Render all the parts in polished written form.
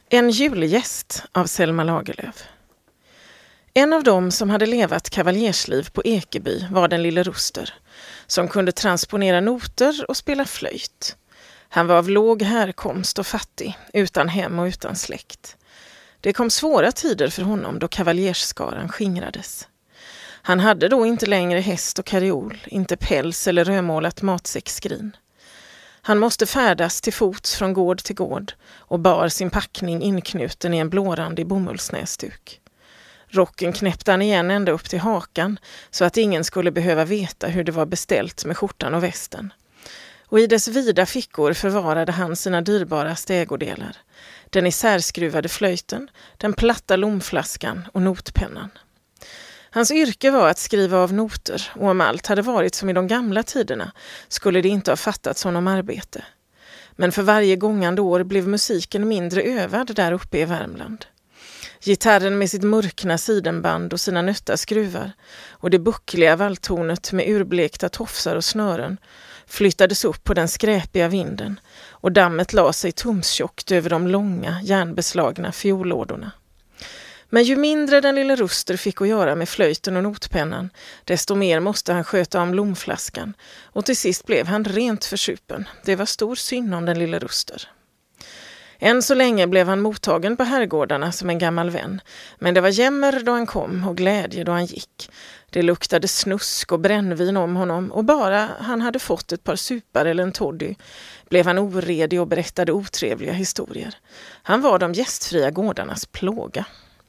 En julgäst av Selma Lagerlöf. En av dem som hade levat kavaljersliv på Ekeby var den lille Ruster, som kunde transponera noter och spela flöjt. Han var av låg härkomst och fattig, utan hem och utan släkt. Det kom svåra tider för honom då kavaljersskaran skingrades. Han hade då inte längre häst och karriol, inte päls eller rödmålat matsäcksskrin. Han måste färdas till fots från gård till gård och bar sin packning inknuten i en blårandig bomullsnäsduk. Rocken knäppte han igen ända upp till hakan så att ingen skulle behöva veta hur det var beställt med skjortan och västen. Och i dess vida fickor förvarade han sina dyrbaraste ägodelar. Den isärskruvade flöjten, den platta lomflaskan och notpennan. Hans yrke var att skriva av noter, och om allt hade varit som i de gamla tiderna skulle det inte ha fattats honom arbete. Men för varje gångande år blev musiken mindre övad där uppe i Värmland. Gitarren med sitt mörkna sidenband och sina nötta skruvar och det buckliga valltornet med urblekta tofsar och snören flyttades upp på den skräpiga vinden och dammet la sig tumstjockt över de långa, järnbeslagna fiolådorna. Men ju mindre den lille Ruster fick att göra med flöjten och notpennan, desto mer måste han sköta om lomflaskan, och till sist blev han rent försupen. Det var stor synd om den lille Ruster. Än så länge blev han mottagen på herrgårdarna som en gammal vän, men det var jämmer då han kom och glädje då han gick. Det luktade snusk och brännvin om honom, och bara han hade fått ett par supar eller en toddy blev han oredig och berättade otrevliga historier. Han var de gästfria gårdarnas plåga.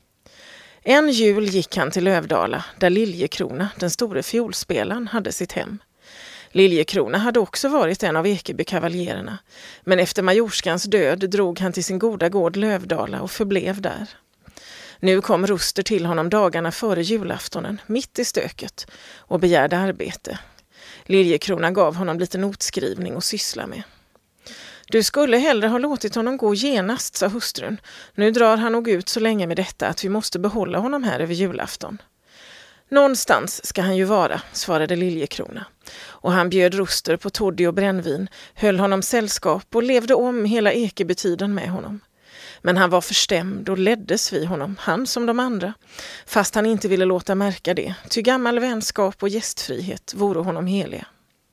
En jul gick han till Lövdala, där Liljekrona, den store fiolspelaren, hade sitt hem. Liljekrona hade också varit en av Ekeby-kavaljererna, men efter majorskans död drog han till sin goda gård Lövdala och förblev där. Nu kom Ruster till honom dagarna före julaftonen, mitt i stöket, och begärde arbete. Liljekrona gav honom lite notskrivning och syssla med. Du skulle hellre ha låtit honom gå genast, sa hustrun. Nu drar han nog ut så länge med detta att vi måste behålla honom här över julafton. Någonstans ska han ju vara, svarade Liljekrona. Och han bjöd Ruster på toddy och brännvin, höll honom sällskap och levde om hela Ekeby-tiden med honom. Men han var förstämd och leddes vid honom, han som de andra, fast han inte ville låta märka det, ty gammal vänskap och gästfrihet vore honom heliga.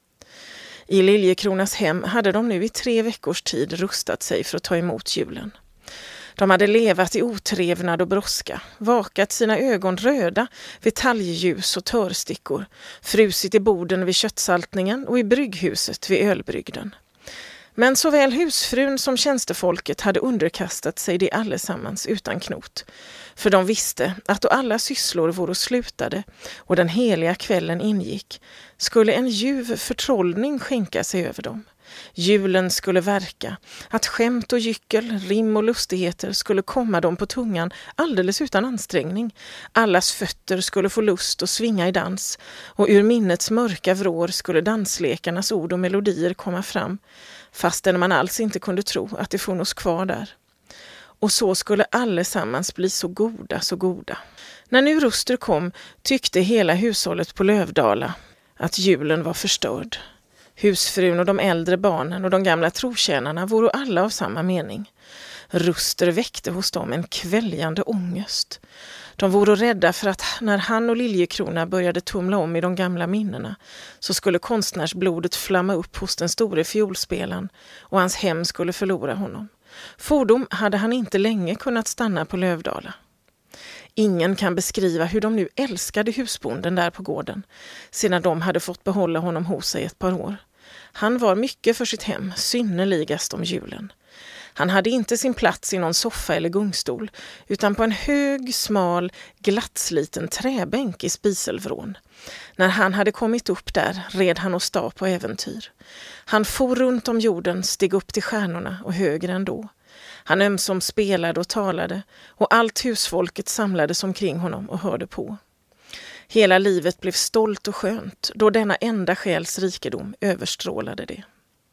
I Liljekronas hem hade de nu i 3 veckors tid rustat sig för att ta emot julen. De hade levat i otrevnad och brådska, vakat sina ögon röda vid talgljus och törstickor, frusit i borden vid köttsaltningen och i brygghuset vid ölbrygden. Men såväl husfrun som tjänstefolket hade underkastat sig det allesammans utan knot, för de visste att då alla sysslor vore slutade och den heliga kvällen ingick, skulle en ljuv förtrollning skänka sig över dem. Julen skulle verka, att skämt och gyckel, rim och lustigheter skulle komma dem på tungan alldeles utan ansträngning. Allas fötter skulle få lust att svinga i dans, och ur minnets mörka vrår skulle danslekarnas ord och melodier komma fram, fastän man alls inte kunde tro att det funnits kvar där. Och så skulle allesammans bli så goda, så goda. När nu Ruster kom tyckte hela hushållet på Lövdala att julen var förstörd. Husfrun och de äldre barnen och de gamla trotjänarna vore alla av samma mening. Ruster väckte hos dem en kväljande ångest. De vore rädda för att när han och Liljekrona började tumla om i de gamla minnena så skulle konstnärsblodet flamma upp hos den store fiolspelaren och hans hem skulle förlora honom. Fordom hade han inte länge kunnat stanna på Lövdala. Ingen kan beskriva hur de nu älskade husbonden där på gården, sedan de hade fått behålla honom hos sig ett par år. Han var mycket för sitt hem, synnerligast om julen. Han hade inte sin plats i någon soffa eller gungstol, utan på en hög, smal, glattsliten träbänk i spiselvrån. När han hade kommit upp där red han åstad på äventyr. Han for runt om jorden, steg upp till stjärnorna och högre ändå. Han ömsom spelade och talade, och allt husfolket samlades omkring honom och hörde på. Hela livet blev stolt och skönt, då denna enda själs rikedom överstrålade det.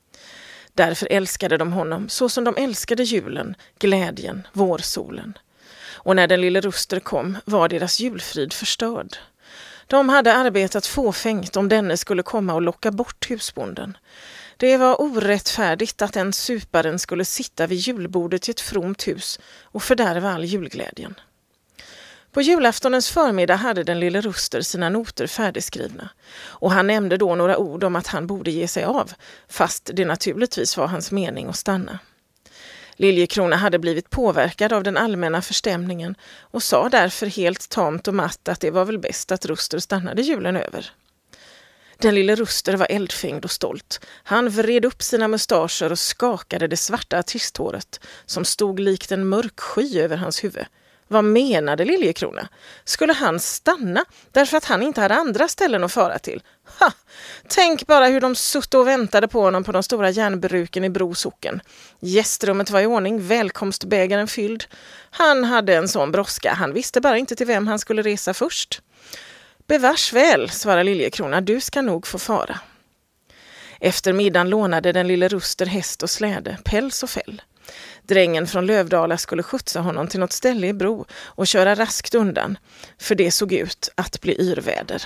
Därför älskade de honom så som de älskade julen, glädjen, vårsolen. Och när den lille Ruster kom var deras julfrid förstörd. De hade arbetat fåfängt om denne skulle komma och locka bort husbonden. Det var orättfärdigt att den suparen skulle sitta vid julbordet i ett fromt hus och fördärva all julglädjen. På julaftonens förmiddag hade den lille Ruster sina noter färdigskrivna och han nämnde då några ord om att han borde ge sig av, fast det naturligtvis var hans mening att stanna. Liljekrona hade blivit påverkad av den allmänna förstämningen och sa därför helt tamt och matt att det var väl bäst att Ruster stannade julen över. Den lille Ruster var eldfängd och stolt. Han vred upp sina mustascher och skakade det svarta artisthåret som stod likt en mörk sky över hans huvud. Vad menade Liljekrona? Skulle han stanna därför att han inte hade andra ställen att fara till? Ha! Tänk bara hur de sutt och väntade på honom på de stora järnbruken i Bro socken. Gästrummet var i ordning, välkomstbägaren fylld. Han hade en sån brådska, han visste bara inte till vem han skulle resa först. Bevars väl, svarade Liljekrona, du ska nog få fara. Efter middagen lånade den lille Ruster häst och släde, päls och fäll. Drängen från Lövdala skulle skjutsa honom till något ställe i Bro och köra raskt undan, för det såg ut att bli yrväder.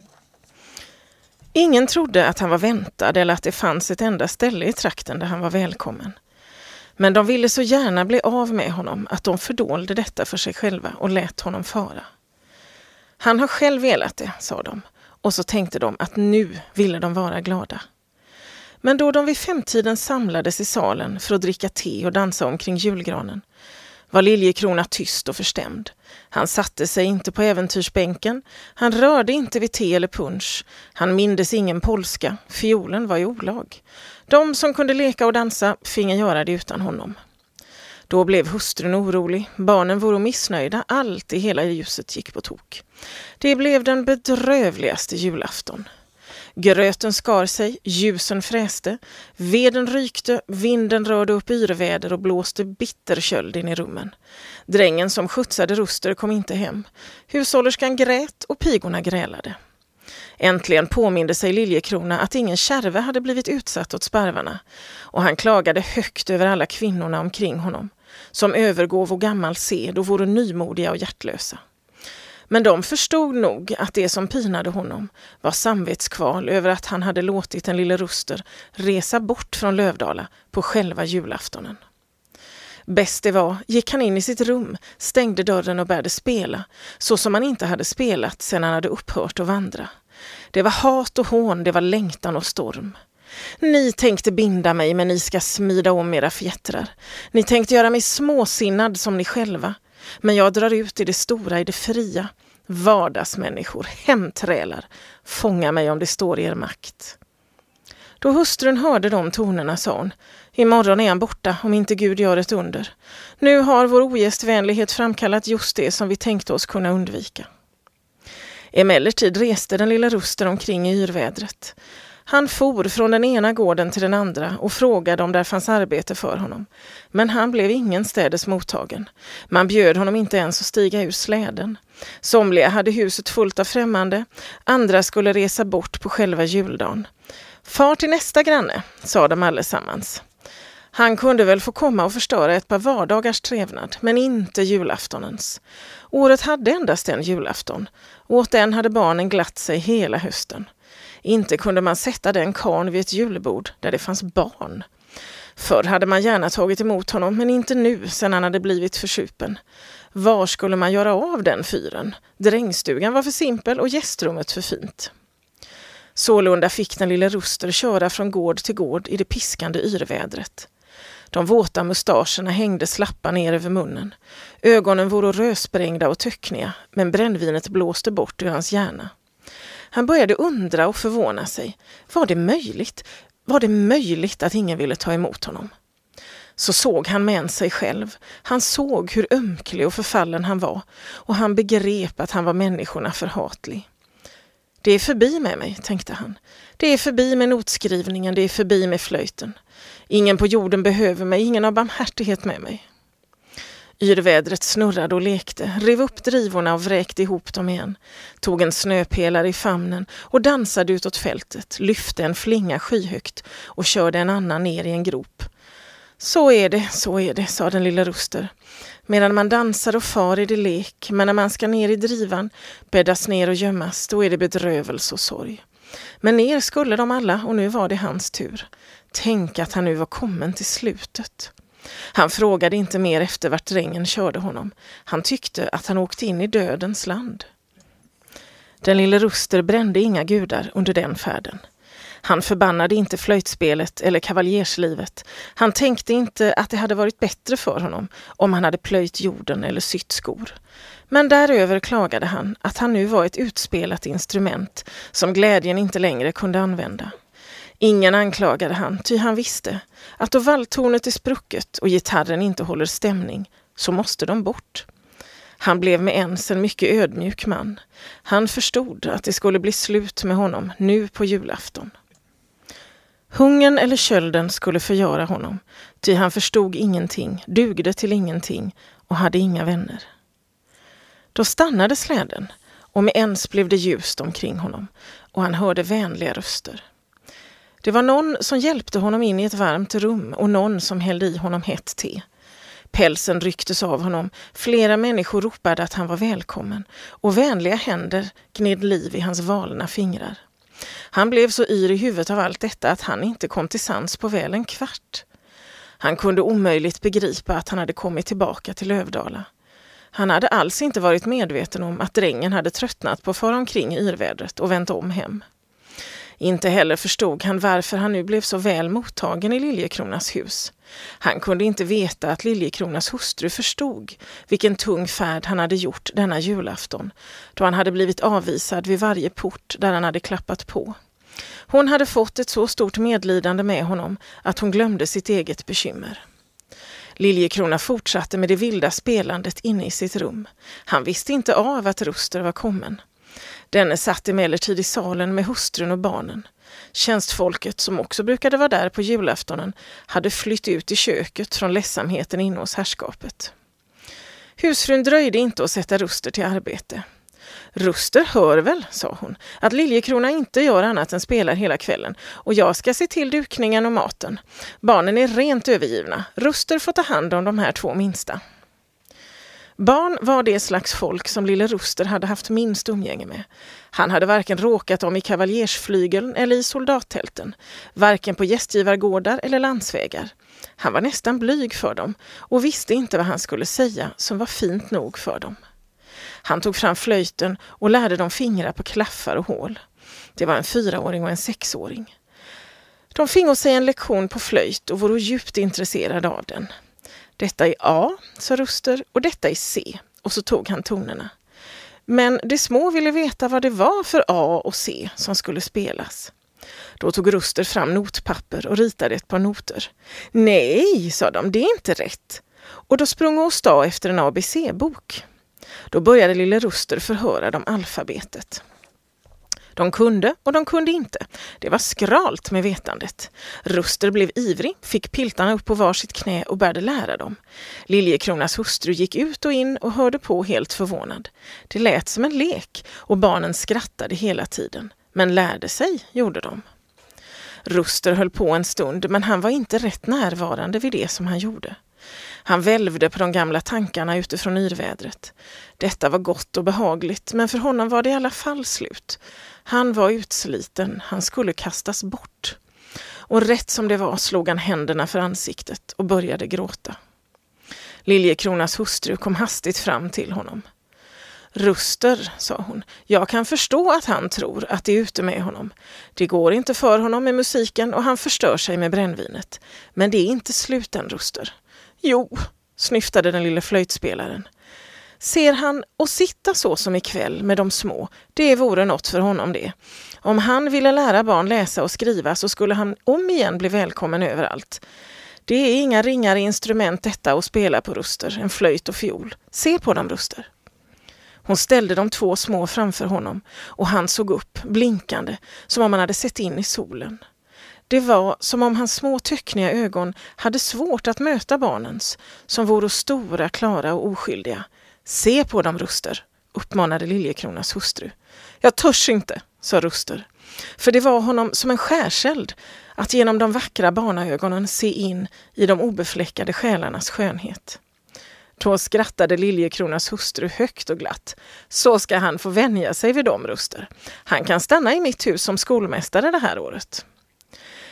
Ingen trodde att han var väntad eller att det fanns ett enda ställe i trakten där han var välkommen. Men de ville så gärna bli av med honom att de fördolde detta för sig själva och lät honom fara. Han har själv velat det, sa de, och så tänkte de att nu ville de vara glada. Men då de vid 5-tiden samlades i salen för att dricka te och dansa omkring julgranen var Liljekrona tyst och förstämd. Han satte sig inte på äventyrsbänken, han rörde inte vid te eller punsch, han mindes ingen polska, fiolen var i olag. De som kunde leka och dansa finge göra det utan honom. Då blev hustrun orolig, barnen vore missnöjda, allt i hela ljuset gick på tok. Det blev den bedrövligaste julafton. Gröten skar sig, ljusen fräste, veden rykte, vinden rörde upp yrväder och blåste bitterköld in i rummen. Drängen som skjutsade Ruster kom inte hem. Hushållerskan grät och pigorna grälade. Äntligen påminde sig Liljekrona att ingen kärve hade blivit utsatt åt sparvarna och han klagade högt över alla kvinnorna omkring honom som övergåv och gammal sed och vore nymodiga och hjärtlösa. Men de förstod nog att det som pinade honom var samvetskval över att han hade låtit den lille Ruster resa bort från Lövdala på själva julaftonen. Bäst det var gick han in i sitt rum, stängde dörren och började spela, så som han inte hade spelat sedan han hade upphört att vandra. Det var hat och hån, det var längtan och storm. Ni tänkte binda mig, men ni ska smida om era fjättrar. Ni tänkte göra mig småsinnad som ni själva. Men jag drar ut i det stora, i det fria. Vardagsmänniskor, hemträlar, fånga mig om det står i er makt. Då hustrun hörde de tonerna sa hon, imorgon är han borta om inte Gud gör ett under. Nu har vår ogästvänlighet framkallat just det som vi tänkte oss kunna undvika. Emellertid reste den lilla Ruster omkring i yrvädret. Han for från den ena gården till den andra och frågade om där fanns arbete för honom. Men han blev ingen städes mottagen. Man bjöd honom inte ens att stiga ur släden. Somliga hade huset fullt av främmande, andra skulle resa bort på själva juldagen. Far till nästa granne, sa de allesammans. Han kunde väl få komma och förstöra ett par vardagars trevnad, men inte julaftonens. Året hade endast en julafton, och åt den hade barnen glatt sig hela hösten. Inte kunde man sätta den karn vid ett julbord där det fanns barn. Förr hade man gärna tagit emot honom, men inte nu sedan han hade blivit försupen. Var skulle man göra av den fyren? Drängstugan var för simpel och gästrummet för fint. Sålunda fick den lille Ruster köra från gård till gård i det piskande yrvädret. De våta mustascherna hängde slappa ner över munnen. Ögonen vore rödsprängda och töckniga, men brännvinet blåste bort ur hans hjärna. Han började undra och förvåna sig. Var det möjligt? Var det möjligt att ingen ville ta emot honom? Så såg han med sig själv. Han såg hur ömklig och förfallen han var, och han begrep att han var människorna förhatlig. Det är förbi med mig, tänkte han. Det är förbi med notskrivningen, det är förbi med flöjten. Ingen på jorden behöver mig, ingen har barmhärtighet med mig. Yrvädret snurrade och lekte, rev upp drivorna och vräkte ihop dem igen. Tog en snöpelare i famnen och dansade utåt fältet, lyfte en flinga skyhögt och körde en annan ner i en grop. Så är det, sa den lilla Ruster. Medan man dansar och far i det lek, men när man ska ner i drivan, bäddas ner och gömmas, då är det bedrövelse och sorg. Men ner skulle de alla och nu var det hans tur. Tänk att han nu var kommen till slutet. Han frågade inte mer efter vart drängen körde honom. Han tyckte att han åkte in i dödens land. Den lille Ruster brände inga gudar under den färden. Han förbannade inte flöjtspelet eller kavaljerslivet. Han tänkte inte att det hade varit bättre för honom om han hade plöjt jorden eller sytt skor. Men däröver klagade han att han nu var ett utspelat instrument som glädjen inte längre kunde använda. Ingen anklagade han, ty han visste att då valthornet är sprucket och gitarren inte håller stämning så måste de bort. Han blev med ens en mycket ödmjuk man. Han förstod att det skulle bli slut med honom nu på julafton. Hungern eller kölden skulle förgöra honom, ty han förstod ingenting, dugde till ingenting och hade inga vänner. Då stannade släden och med ens blev det ljust omkring honom och han hörde vänliga röster. Det var någon som hjälpte honom in i ett varmt rum och någon som hällde i honom hett te. Pälsen rycktes av honom, flera människor ropade att han var välkommen och vänliga händer gned liv i hans valna fingrar. Han blev så yr i huvudet av allt detta att han inte kom till sans på väl en kvart. Han kunde omöjligt begripa att han hade kommit tillbaka till Lövdala. Han hade alls inte varit medveten om att drängen hade tröttnat på att fara omkring i yrvädret och vänt om hem. Inte heller förstod han varför han nu blev så väl mottagen i Liljekronas hus. Han kunde inte veta att Liljekronas hustru förstod vilken tung färd han hade gjort denna julafton, då han hade blivit avvisad vid varje port där han hade klappat på. Hon hade fått ett så stort medlidande med honom att hon glömde sitt eget bekymmer. Liljekrona fortsatte med det vilda spelandet inne i sitt rum. Han visste inte av att Ruster var kommen. Denne satt emellertid i salen med hustrun och barnen. Tjänstfolket, som också brukade vara där på julaftonen, hade flytt ut i köket från ledsamheten inne hos herrskapet. Husfrun dröjde inte att sätta Ruster till arbete. Ruster hör väl, sa hon, att Liljekrona inte gör annat än spelar hela kvällen och jag ska se till dukningen och maten. Barnen är rent övergivna. Ruster får ta hand om de här 2 minsta. Barn var det slags folk som lille Ruster hade haft minst umgänge med. Han hade varken råkat dem i kavaljersflygeln eller i soldattälten, varken på gästgivargårdar eller landsvägar. Han var nästan blyg för dem och visste inte vad han skulle säga som var fint nog för dem. Han tog fram flöjten och lärde dem fingra på klaffar och hål. Det var en 4-åring och en 6-åring. De fingo sig en lektion på flöjt och var djupt intresserade av den. Detta är A, sa Ruster, och detta är C, och så tog han tonerna. Men de små ville veta vad det var för A och C som skulle spelas. Då tog Ruster fram notpapper och ritade ett par noter. Nej, sa de, det är inte rätt. Och då sprang Åstad efter en ABC-bok. Då började lille Ruster förhöra dem alfabetet. De kunde och de kunde inte. Det var skralt med vetandet. Ruster blev ivrig, fick piltarna upp på varsitt knä och började lära dem. Liljekronas hustru gick ut och in och hörde på helt förvånad. Det lät som en lek och barnen skrattade hela tiden. Men lärde sig, gjorde de. Ruster höll på en stund, men han var inte rätt närvarande vid det som han gjorde. Han välvde på de gamla tankarna utifrån yrvädret. Detta var gott och behagligt, men för honom var det i alla fall slut. Han var utsliten, han skulle kastas bort. Och rätt som det var slog han händerna för ansiktet och började gråta. Liljekronas hustru kom hastigt fram till honom. Ruster, sa hon, jag kan förstå att han tror att det är ute med honom. Det går inte för honom med musiken och han förstör sig med brännvinet. Men det är inte slut än, Ruster. Jo, snyftade den lille flöjtspelaren. Ser han och sitta så som ikväll med de små, det vore något för honom det. Om han ville lära barn läsa och skriva så skulle han om igen bli välkommen överallt. Det är inga ringare instrument detta att spela på, Ruster, en flöjt och fiol. Se på dem, Ruster. Hon ställde de 2 små framför honom och han såg upp, blinkande, som om han hade sett in i solen. Det var som om hans små töckniga ögon hade svårt att möta barnens, som vore stora, klara och oskyldiga. Se på dem, Ruster, uppmanade Liljekronas hustru. Jag törs inte, sa Ruster, för det var honom som en skärseld att genom de vackra barnaögonen se in i de obefläckade själarnas skönhet. Då skrattade Liljekronas hustru högt och glatt. Så ska han få vänja sig vid dem, Ruster. Han kan stanna i mitt hus som skolmästare det här året.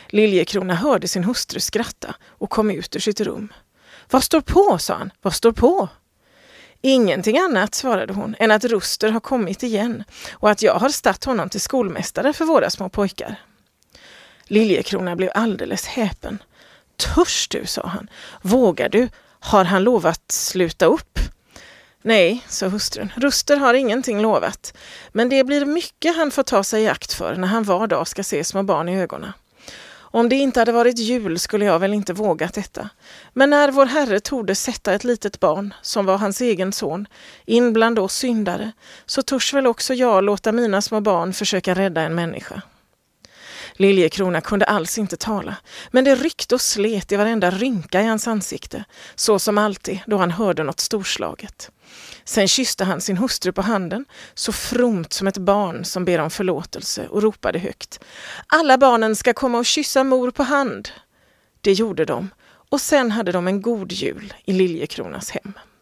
Liljekrona hörde sin hustru skratta och kom ut ur sitt rum. Vad står på, sa han. Vad står på? Ingenting annat, svarade hon, än att Ruster har kommit igen och att jag har statt honom till skolmästare för våra små pojkar. Liljekrona blev alldeles häpen. Törs du, sa han. Vågar du? Har han lovat sluta upp? Nej, sa hustrun. Ruster har ingenting lovat. Men det blir mycket han får ta sig i akt för när han var dag ska se små barn i ögonen. Om det inte hade varit jul skulle jag väl inte vågat detta. Men när vår Herre torde sätta ett litet barn, som var hans egen son, in bland oss syndare, så törs väl också jag låta mina små barn försöka rädda en människa. Liljekrona kunde alls inte tala, men det ryckte och slet i varenda rynka i hans ansikte, så som alltid då han hörde något storslaget. Sen kysste han sin hustru på handen, så fromt som ett barn som ber om förlåtelse, och ropade högt. Alla barnen ska komma och kyssa mor på hand. Det gjorde de, och sen hade de en god jul i Liljekronas hem.